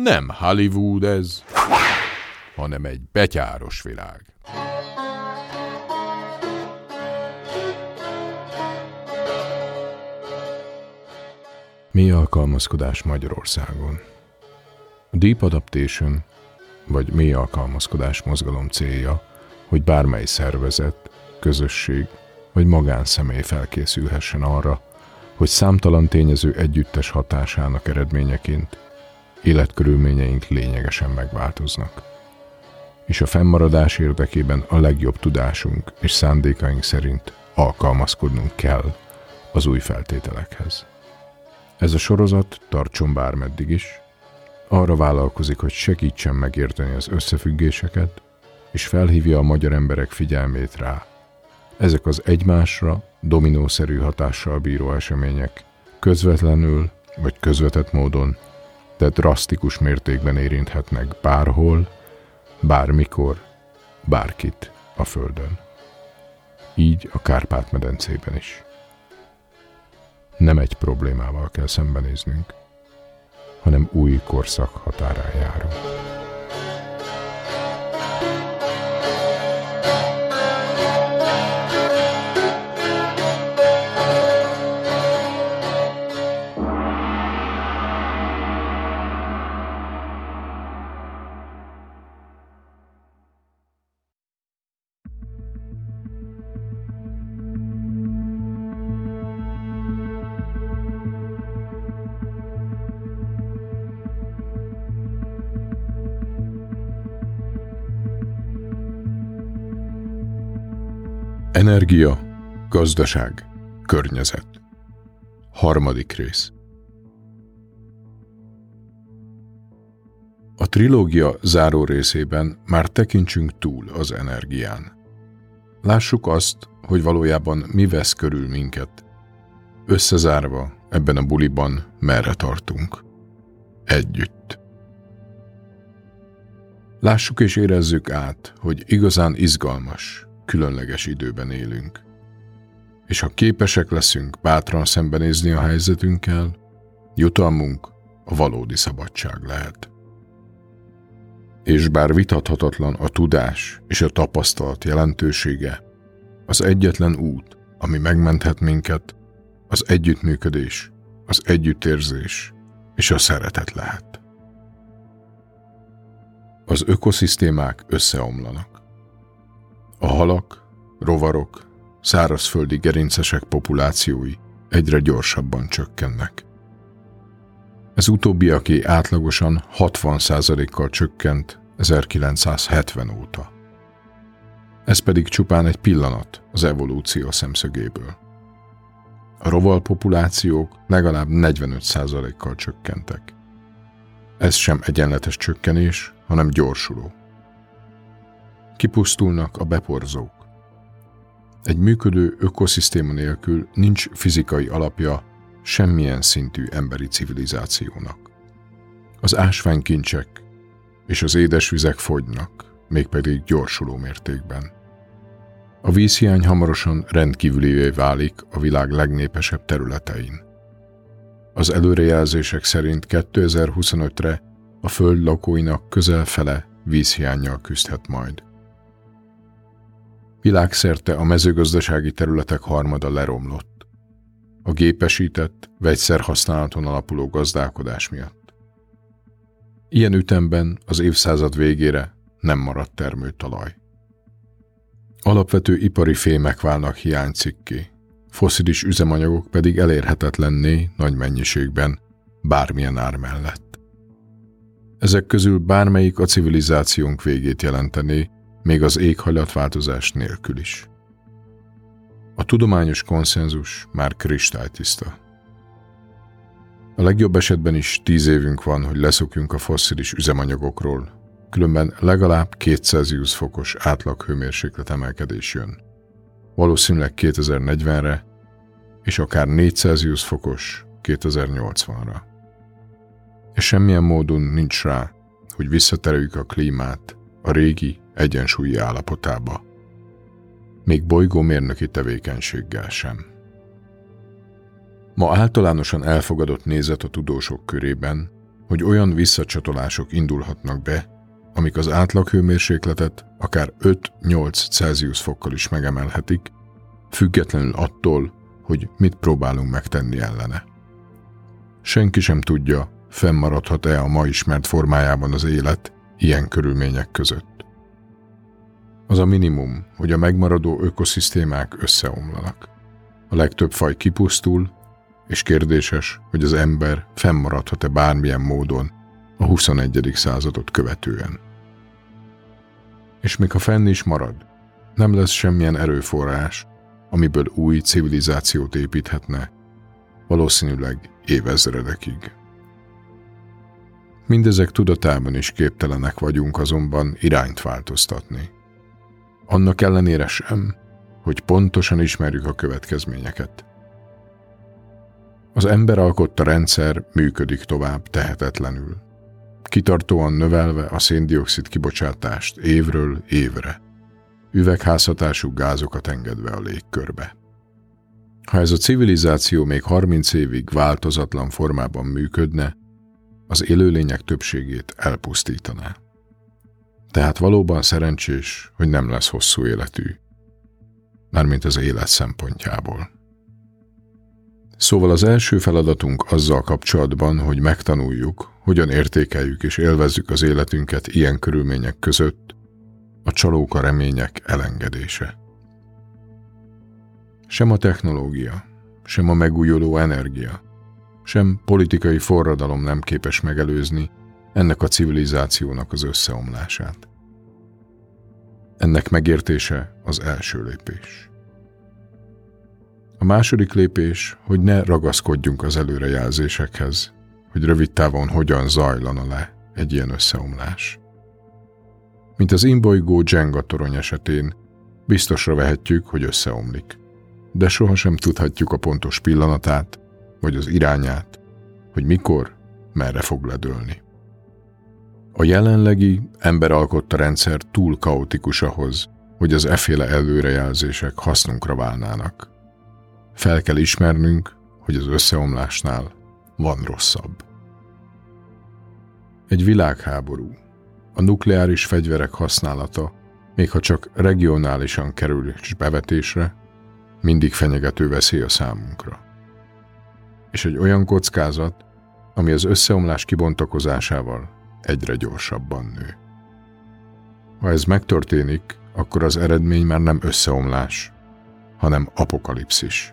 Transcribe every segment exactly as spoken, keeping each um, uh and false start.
Nem Hollywood ez, hanem egy betyáros világ. Mi alkalmazkodás Magyarországon? A Deep Adaptation, vagy mély alkalmazkodás mozgalom célja, hogy bármely szervezet, közösség vagy magánszemély felkészülhessen arra, hogy számtalan tényező együttes hatásának eredményeként életkörülményeink lényegesen megváltoznak. És a fennmaradás érdekében a legjobb tudásunk és szándékaink szerint alkalmazkodnunk kell az új feltételekhez. Ez a sorozat, tartson bármeddig is, arra vállalkozik, hogy segítsen megérteni az összefüggéseket, és felhívja a magyar emberek figyelmét rá. Ezek az egymásra dominószerű hatással bíró események közvetlenül vagy közvetett módon, de drasztikus mértékben érinthetnek bárhol, bármikor, bárkit a Földön. Így a Kárpát-medencében is. Nem egy problémával kell szembenéznünk, hanem új korszak határán járunk. Energia, gazdaság, környezet. Harmadik rész. A trilógia záró részében már tekintsünk túl az energián. Lássuk azt, hogy valójában mi vesz körül minket. Összezárva ebben a buliban merre tartunk. Együtt. Lássuk és érezzük át, hogy igazán izgalmas, különleges időben élünk. És ha képesek leszünk bátran szembenézni a helyzetünkkel, jutalmunk a valódi szabadság lehet. És bár vitathatatlan a tudás és a tapasztalat jelentősége, az egyetlen út, ami megmenthet minket, az együttműködés, az együttérzés és a szeretet lehet. Az ökoszisztémák összeomlanak. A halak, rovarok, szárazföldi gerincesek populációi egyre gyorsabban csökkennek. Ez utóbbiaké átlagosan hatvan százalékkal csökkent ezerkilencszázhetven óta. Ez pedig csupán egy pillanat az evolúció szemszögéből. A rovarpopulációk legalább negyvenöt százalékkal csökkentek. Ez sem egyenletes csökkenés, hanem gyorsuló. Kipusztulnak a beporzók. Egy működő ökoszisztéma nélkül nincs fizikai alapja semmilyen szintű emberi civilizációnak. Az ásványkincsek és az édesvizek fogynak, mégpedig gyorsuló mértékben. A vízhiány hamarosan rendkívülivé válik a világ legnépesebb területein. Az előrejelzések szerint kétezer-huszonötre a Föld lakóinak közel fele vízhiánnyal küzdhet majd. Világszerte a mezőgazdasági területek harmada leromlott, a gépesített, vegyszerhasználaton alapuló gazdálkodás miatt. Ilyen ütemben az évszázad végére nem maradt termőtalaj. Alapvető ipari fémek válnak hiánycikké, fosszilis üzemanyagok pedig elérhetetlenné nagy mennyiségben, bármilyen ár mellett. Ezek közül bármelyik a civilizációnk végét jelentené, még az éghajlatváltozás nélkül is. A tudományos konszenzus már kristálytiszta. A legjobb esetben is tíz évünk van, hogy leszokjunk a fosszilis üzemanyagokról, különben legalább két Celsius fokos átlaghőmérséklet emelkedés jön. Valószínűleg kétezer-negyvenre, és akár négy Celsius fokos kétezer-nyolcvanra. És semmilyen módon nincs rá, hogy visszatereljük a klímát a régi egyensúlyi állapotába. Még bolygómérnöki tevékenységgel sem. Ma általánosan elfogadott nézet a tudósok körében, hogy olyan visszacsatolások indulhatnak be, amik az átlaghőmérsékletet akár öt-nyolc Celsius fokkal is megemelhetik, függetlenül attól, hogy mit próbálunk megtenni ellene. Senki sem tudja, fennmaradhat-e a ma ismert formájában az élet ilyen körülmények között. Az a minimum, hogy a megmaradó ökoszisztémák összeomlanak. A legtöbb faj kipusztul, és kérdéses, hogy az ember fennmaradhat-e bármilyen módon a huszonegyedik századot követően. És még ha fenn is marad, nem lesz semmilyen erőforrás, amiből új civilizációt építhetne, valószínűleg évezredekig. Mindezek tudatában is képtelenek vagyunk azonban irányt változtatni. Annak ellenére sem, hogy pontosan ismerjük a következményeket. Az ember alkotta rendszer működik tovább tehetetlenül, kitartóan növelve a szén-dioxid kibocsátást évről évre, üvegházhatású gázokat engedve a légkörbe. Ha ez a civilizáció még harminc évig változatlan formában működne, az élőlények többségét elpusztítaná. Tehát valóban szerencsés, hogy nem lesz hosszú életű, mármint az élet szempontjából. Szóval az első feladatunk azzal kapcsolatban, hogy megtanuljuk, hogyan értékeljük és élvezzük az életünket ilyen körülmények között, a csalóka remények elengedése. Sem a technológia, sem a megújuló energia, sem politikai forradalom nem képes megelőzni ennek a civilizációnak az összeomlását. Ennek megértése az első lépés. A második lépés, hogy ne ragaszkodjunk az előrejelzésekhez, hogy rövid távon hogyan zajlana le egy ilyen összeomlás. Mint az imbolygó Jenga torony esetén, biztosra vehetjük, hogy összeomlik, de sohasem tudhatjuk a pontos pillanatát, vagy az irányát, hogy mikor, merre fog ledőlni. A jelenlegi emberalkotta rendszer túl kaotikus ahhoz, hogy az efféle előrejelzések hasznunkra válnának. Fel kell ismernünk, hogy az összeomlásnál van rosszabb. Egy világháború, a nukleáris fegyverek használata, még ha csak regionálisan kerül is bevetésre, mindig fenyegető veszély a számunkra. És egy olyan kockázat, ami az összeomlás kibontakozásával egyre gyorsabban nő. Ha ez megtörténik, akkor az eredmény már nem összeomlás, hanem apokalipszis.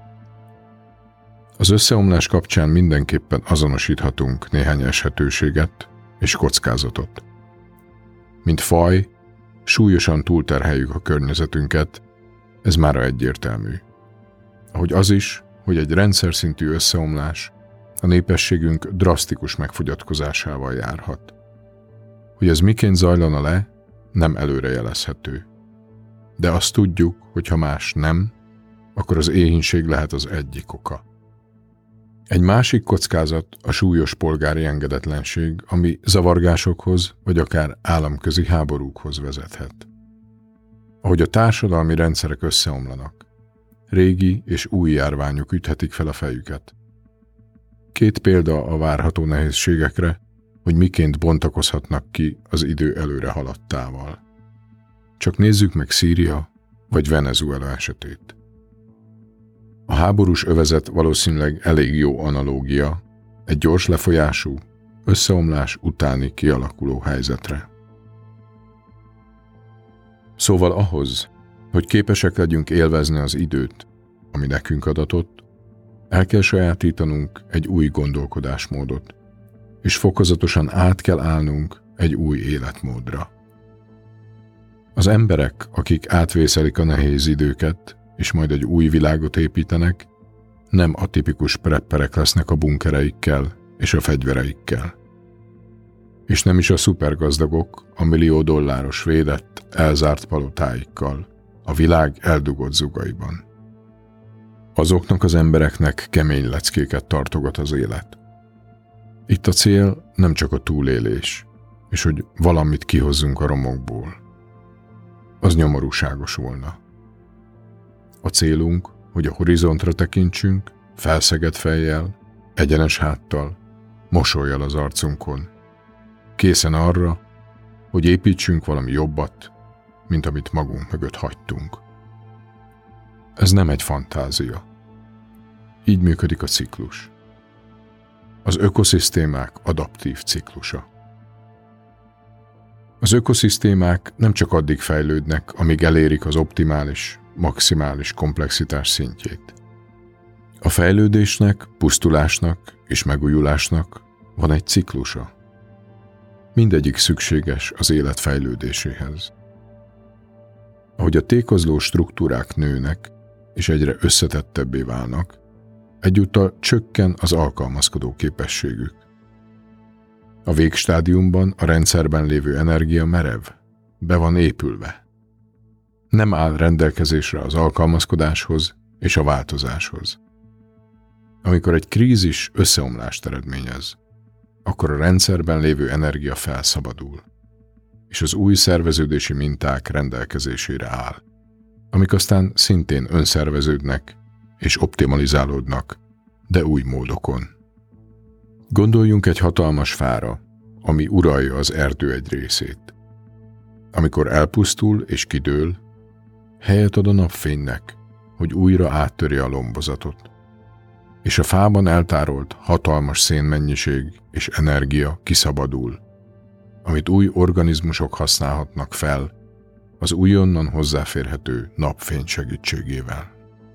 Az összeomlás kapcsán mindenképpen azonosíthatunk néhány eshetőséget és kockázatot. Mint faj, súlyosan túlterheljük a környezetünket, ez mára egyértelmű. Ahogy az is, hogy egy rendszer szintű összeomlás a népességünk drasztikus megfogyatkozásával járhat. Hogy ez miként zajlana le, nem előrejelezhető. De azt tudjuk, hogy ha más nem, akkor az éhínség lehet az egyik oka. Egy másik kockázat a súlyos polgári engedetlenség, ami zavargásokhoz vagy akár államközi háborúkhoz vezethet. Ahogy a társadalmi rendszerek összeomlanak, régi és új járványok üthetik fel a fejüket. Két példa a várható nehézségekre, hogy miként bontakozhatnak ki az idő előre haladtával. Csak nézzük meg Szíria vagy Venezuela esetét. A háborús övezet valószínűleg elég jó analógia egy gyors lefolyású, összeomlás utáni kialakuló helyzetre. Szóval ahhoz, hogy képesek legyünk élvezni az időt, ami nekünk adatott, el kell sajátítanunk egy új gondolkodásmódot, és fokozatosan át kell állnunk egy új életmódra. Az emberek, akik átvészelik a nehéz időket, és majd egy új világot építenek, nem a tipikus prepperek lesznek a bunkereikkel és a fegyvereikkel. És nem is a szupergazdagok a millió dolláros védett, elzárt palotáikkal, a világ eldugott zugaiban. Azoknak az embereknek kemény leckéket tartogat az élet. Itt a cél nem csak a túlélés, és hogy valamit kihozzunk a romokból. Az nyomorúságos volna. A célunk, hogy a horizontra tekintsünk, felszegett fejjel, egyenes háttal, mosollyal az arcunkon, készen arra, hogy építsünk valami jobbat, mint amit magunk mögött hagytunk. Ez nem egy fantázia. Így működik a ciklus. Az ökoszisztémák adaptív ciklusa. Az ökoszisztémák nem csak addig fejlődnek, amíg elérik az optimális, maximális komplexitás szintjét. A fejlődésnek, pusztulásnak és megújulásnak van egy ciklusa. Mindegyik szükséges az élet fejlődéséhez. Ahogy a tékozló struktúrák nőnek és egyre összetettebbé válnak, egyúttal csökken az alkalmazkodó képességük. A végstádiumban a rendszerben lévő energia merev, be van épülve. Nem áll rendelkezésre az alkalmazkodáshoz és a változáshoz. Amikor egy krízis összeomlást eredményez, akkor a rendszerben lévő energia felszabadul, és az új szerveződési minták rendelkezésére áll, amik aztán szintén önszerveződnek és optimalizálódnak, de új módokon. Gondoljunk egy hatalmas fára, ami uralja az erdő egy részét. Amikor elpusztul és kidől, helyet ad a napfénynek, hogy újra áttörje a lombozatot, és a fában eltárolt hatalmas szénmennyiség és energia kiszabadul, amit új organizmusok használhatnak fel az újonnan hozzáférhető napfény segítségével.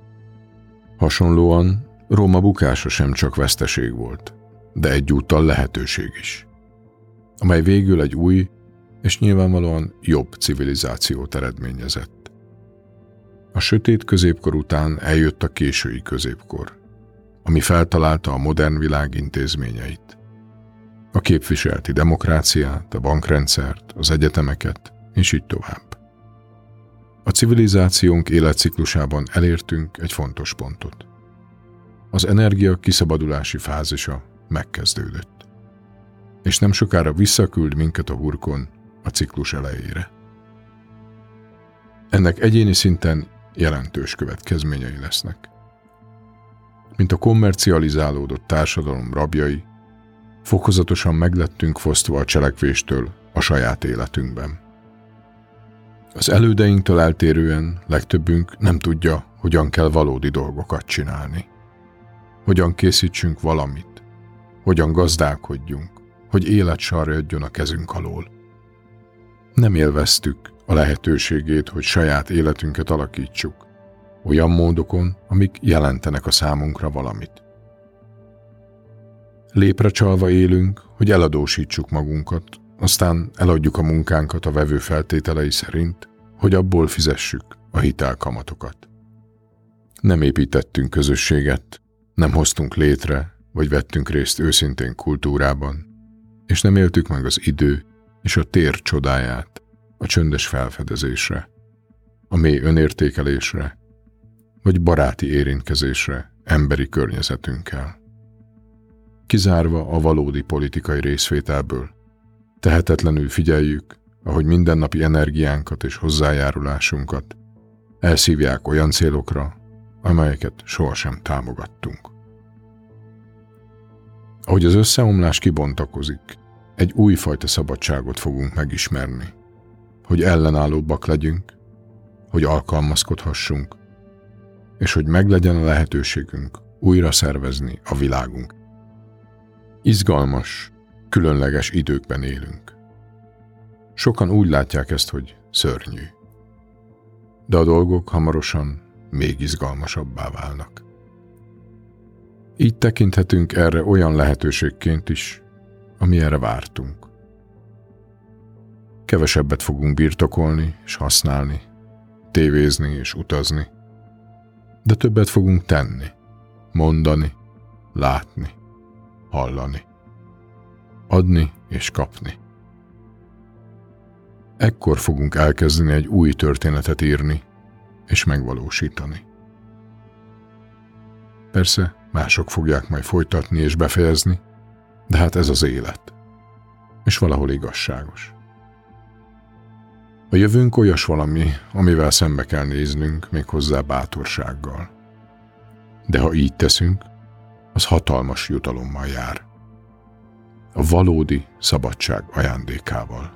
Hasonlóan Róma bukása sem csak veszteség volt, de egyúttal lehetőség is, amely végül egy új és nyilvánvalóan jobb civilizációt eredményezett. A sötét középkor után eljött a késői középkor, ami feltalálta a modern világ intézményeit. A képviseleti demokráciát, a bankrendszert, az egyetemeket, és így tovább. A civilizációnk életciklusában elértünk egy fontos pontot. Az energia kiszabadulási fázisa megkezdődött, és nem sokára visszaküld minket a hurkon a ciklus elejére. Ennek egyéni szinten jelentős következményei lesznek. Mint a kommercializálódott társadalom rabjai, fokozatosan meglettünk fosztva a cselekvéstől a saját életünkben. Az elődeinktől eltérően legtöbbünk nem tudja, hogyan kell valódi dolgokat csinálni. Hogyan készítsünk valamit, hogyan gazdálkodjunk, hogy élet sarjadjon a kezünk alól. Nem élveztük a lehetőségét, hogy saját életünket alakítsuk, olyan módokon, amik jelentenek a számunkra valamit. Léprecsalva élünk, hogy eladósítsuk magunkat, aztán eladjuk a munkánkat a vevő feltételei szerint, hogy abból fizessük a hitelkamatokat. Nem építettünk közösséget, nem hoztunk létre, vagy vettünk részt őszintén kultúrában, és nem éltük meg az idő és a tér csodáját, a csöndes felfedezésre, a mély önértékelésre, vagy baráti érintkezésre emberi környezetünkkel. Kizárva a valódi politikai részvételből, tehetetlenül figyeljük, ahogy mindennapi energiánkat és hozzájárulásunkat elszívják olyan célokra, amelyeket sohasem támogattunk. Ahogy az összeomlás kibontakozik, egy újfajta szabadságot fogunk megismerni, hogy ellenállóbbak legyünk, hogy alkalmazkodhassunk, és hogy meglegyen a lehetőségünk újra szervezni a világunk. Izgalmas, különleges időkben élünk. Sokan úgy látják ezt, hogy szörnyű. De a dolgok hamarosan még izgalmasabbá válnak. Így tekinthetünk erre olyan lehetőségként is, amilyenre vártunk. Kevesebbet fogunk birtokolni és használni, tévézni és utazni, de többet fogunk tenni, mondani, látni, hallani, adni és kapni. Ekkor fogunk elkezdeni egy új történetet írni és megvalósítani. Persze, mások fogják majd folytatni és befejezni, de hát ez az élet, és valahol igazságos. A jövőnk olyas valami, amivel szembe kell néznünk, méghozzá bátorsággal. De ha így teszünk, az hatalmas jutalommal jár. a valódi szabadság ajándékával.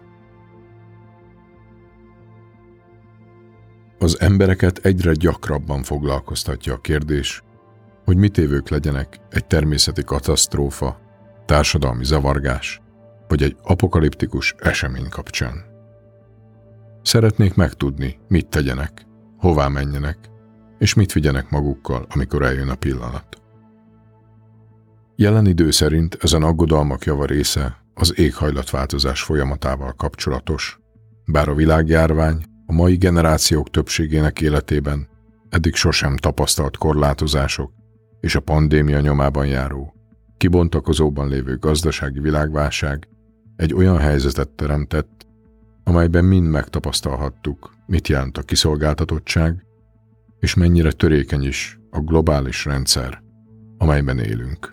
Az embereket egyre gyakrabban foglalkoztatja a kérdés, hogy mit évők legyenek egy természeti katasztrófa, társadalmi zavargás vagy egy apokaliptikus esemény kapcsán. Szeretnék megtudni, mit tegyenek, hová menjenek, és mit vigyenek magukkal, amikor eljön a pillanat. Jelen idő szerint ezen aggodalmak java része az éghajlatváltozás folyamatával kapcsolatos, bár a világjárvány a mai generációk többségének életében eddig sosem tapasztalt korlátozások és a pandémia nyomában járó, kibontakozóban lévő gazdasági világválság egy olyan helyzetet teremtett, amelyben mind megtapasztalhattuk, mit jelent a kiszolgáltatottság, és mennyire törékeny is a globális rendszer, amelyben élünk.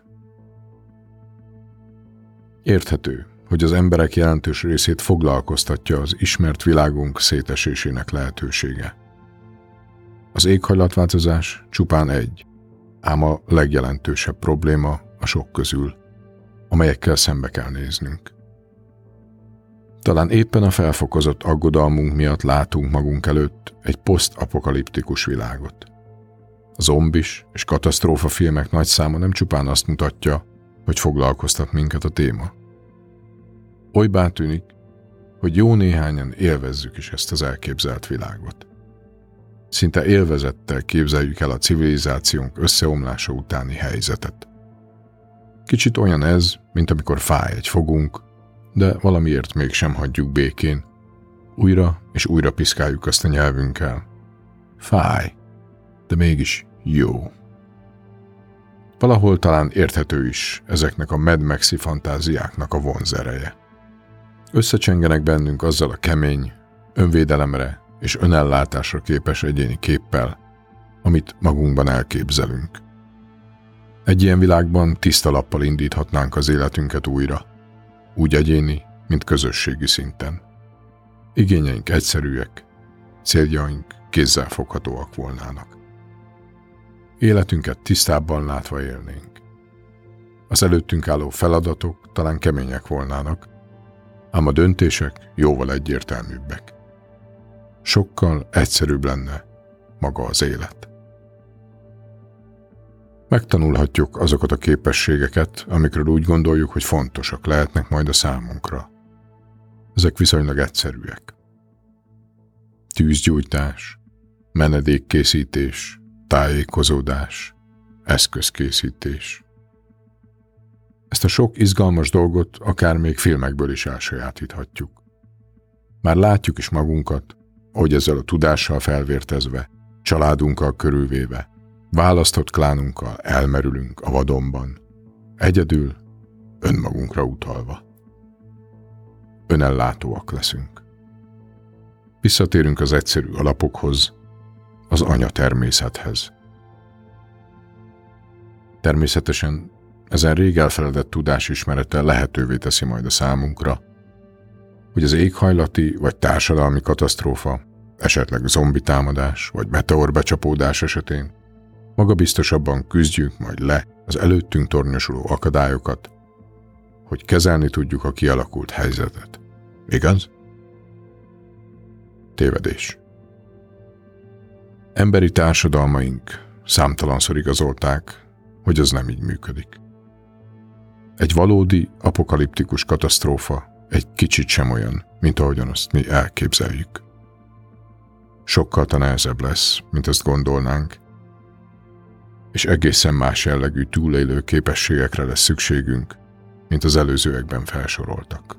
Érthető, hogy az emberek jelentős részét foglalkoztatja az ismert világunk szétesésének lehetősége. Az éghajlatváltozás csupán egy, ám a legjelentősebb probléma a sok közül, amelyekkel szembe kell néznünk. Talán éppen a felfokozott aggodalmunk miatt látunk magunk előtt egy posztapokaliptikus világot. A zombis és katasztrófa filmek nagy száma nem csupán azt mutatja, hogy foglalkoztat minket a téma. Olybá tűnik, hogy jó néhányan élvezzük is ezt az elképzelt világot. Szinte élvezettel képzeljük el a civilizációnk összeomlása utáni helyzetet. Kicsit olyan ez, mint amikor fáj egy fogunk, de valamiért mégsem hagyjuk békén. Újra és újra piszkáljuk azt a nyelvünkkel. Fáj, de mégis jó. Valahol talán érthető is ezeknek a Mad Maxi fantáziáknak a vonzereje. Összecsengenek bennünk azzal a kemény, önvédelemre és önellátásra képes egyéni képpel, amit magunkban elképzelünk. Egy ilyen világban tiszta lappal indíthatnánk az életünket újra, úgy egyéni, mint közösségi szinten. Igényeink egyszerűek, céljaink kézzelfoghatóak volnának. Életünket tisztábban látva élnénk. Az előttünk álló feladatok talán kemények volnának, ám a döntések jóval egyértelműbbek. Sokkal egyszerűbb lenne maga az élet. Megtanulhatjuk azokat a képességeket, amikről úgy gondoljuk, hogy fontosak lehetnek majd a számunkra. Ezek viszonylag egyszerűek. Tűzgyújtás, menedékkészítés, tájékozódás, eszközkészítés. Ezt a sok izgalmas dolgot akár még filmekből is elsajátíthatjuk. Már látjuk is magunkat, ahogy ezzel a tudással felvértezve, családunkkal körülvéve, választott klánunkkal elmerülünk a vadonban, egyedül, önmagunkra utalva. Önellátóak leszünk. Visszatérünk az egyszerű alapokhoz, az anya természethez. Természetesen ezen rég elfeledett tudásismerete lehetővé teszi majd a számunkra, hogy az éghajlati vagy társadalmi katasztrófa, esetleg zombi támadás vagy meteorbecsapódás esetén magabiztosabban küzdjük majd le az előttünk tornyosuló akadályokat, hogy kezelni tudjuk a kialakult helyzetet. Igaz? Tévedés. Emberi társadalmaink számtalanszor igazolták, hogy az nem így működik. Egy valódi apokaliptikus katasztrófa egy kicsit sem olyan, mint ahogyan azt mi elképzeljük. Sokkal nehezebb lesz, mint azt gondolnánk, és egészen más jellegű túlélő képességekre lesz szükségünk, mint az előzőekben felsoroltak.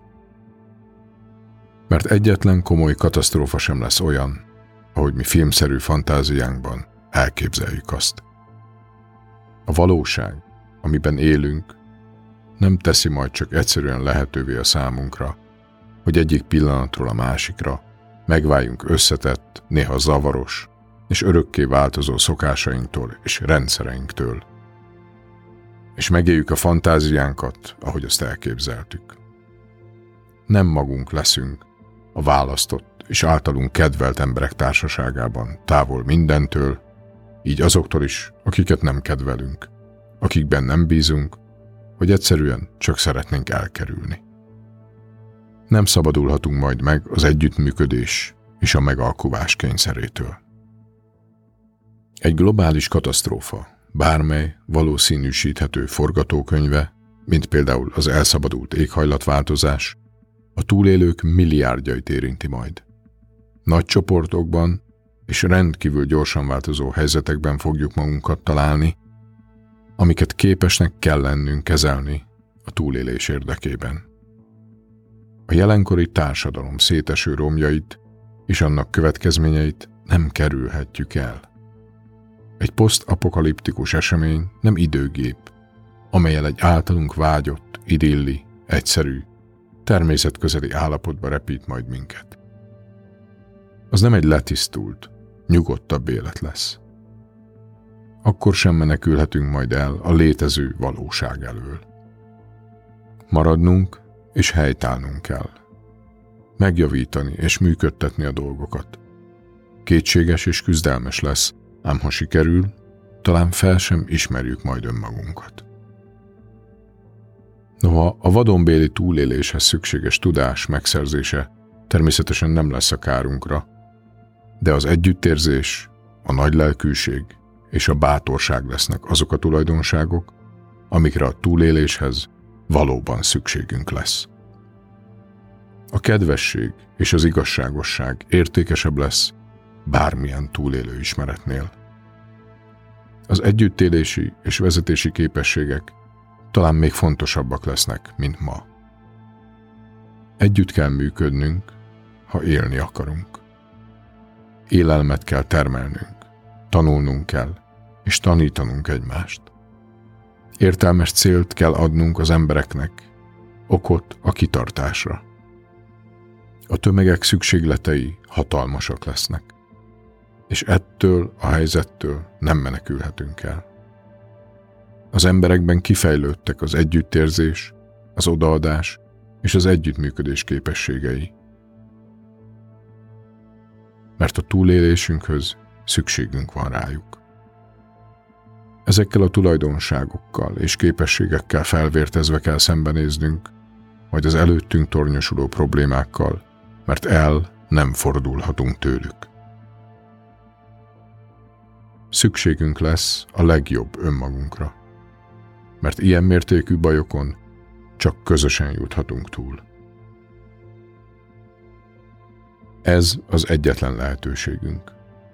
Mert egyetlen komoly katasztrófa sem lesz olyan, ahogy mi filmszerű fantáziánkban elképzeljük azt. A valóság, amiben élünk, nem teszi majd csak egyszerűen lehetővé a számunkra, hogy egyik pillanatról a másikra megváljunk összetett, néha zavaros és örökké változó szokásainktól és rendszereinktől, és megéljük a fantáziánkat, ahogy azt elképzeltük. Nem magunk leszünk a választott és általunk kedvelt emberek társaságában, távol mindentől, így azoktól is, akiket nem kedvelünk, akikben nem bízunk, hogy egyszerűen csak szeretnénk elkerülni. Nem szabadulhatunk majd meg az együttműködés és a megalkuvás kényszerétől. Egy globális katasztrófa, bármely valószínűsíthető forgatókönyve, mint például az elszabadult éghajlatváltozás, a túlélők milliárdjait érinti majd. Nagy csoportokban és rendkívül gyorsan változó helyzetekben fogjuk magunkat találni, amiket képesnek kell lennünk kezelni a túlélés érdekében. A jelenkori társadalom széteső romjait és annak következményeit nem kerülhetjük el. Egy posztapokaliptikus esemény nem időgép, amellyel egy általunk vágyott, idilli, egyszerű, természetközeli állapotba repít majd minket. Az nem egy letisztult, nyugodtabb élet lesz. Akkor sem menekülhetünk majd el a létező valóság elől. Maradnunk és helytállnunk kell. Megjavítani és működtetni a dolgokat. Kétséges és küzdelmes lesz, ám ha sikerül, talán fel sem ismerjük majd önmagunkat. Noha a vadonbéli túléléshez szükséges tudás megszerzése természetesen nem lesz a kárunkra, de az együttérzés, a nagylelkűség és a bátorság lesznek azok a tulajdonságok, amikre a túléléshez valóban szükségünk lesz. A kedvesség és az igazságosság értékesebb lesz bármilyen túlélő ismeretnél. Az együttélési és vezetési képességek talán még fontosabbak lesznek, mint ma. Együtt kell működnünk, ha élni akarunk. Élelmet kell termelnünk, tanulnunk kell, és tanítanunk egymást. Értelmes célt kell adnunk az embereknek, okot a kitartásra. A tömegek szükségletei hatalmasak lesznek, és ettől a helyzettől nem menekülhetünk el. Az emberekben kifejlődtek az együttérzés, az odaadás és az együttműködés képességei. Mert a túlélésünkhöz szükségünk van rájuk. Ezekkel a tulajdonságokkal és képességekkel felvértezve kell szembenéznünk, vagy az előttünk tornyosuló problémákkal, mert el nem fordulhatunk tőlük. Szükségünk lesz a legjobb önmagunkra, mert ilyen mértékű bajokon csak közösen juthatunk túl. Ez az egyetlen lehetőségünk.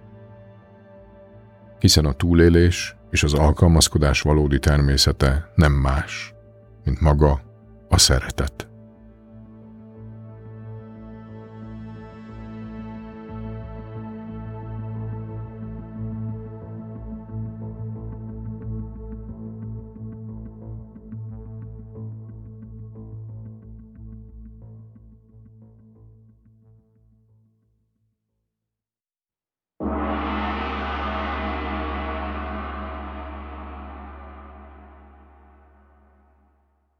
Hiszen a túlélés és az alkalmazkodás valódi természete nem más, mint maga a szeretet.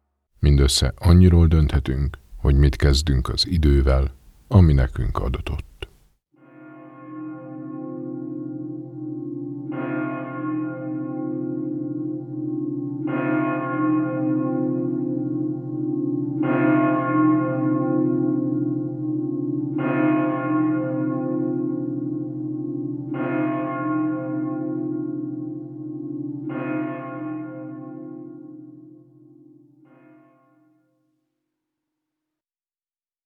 Mindössze annyiról dönthetünk, hogy mit kezdünk az idővel, ami nekünk adatott.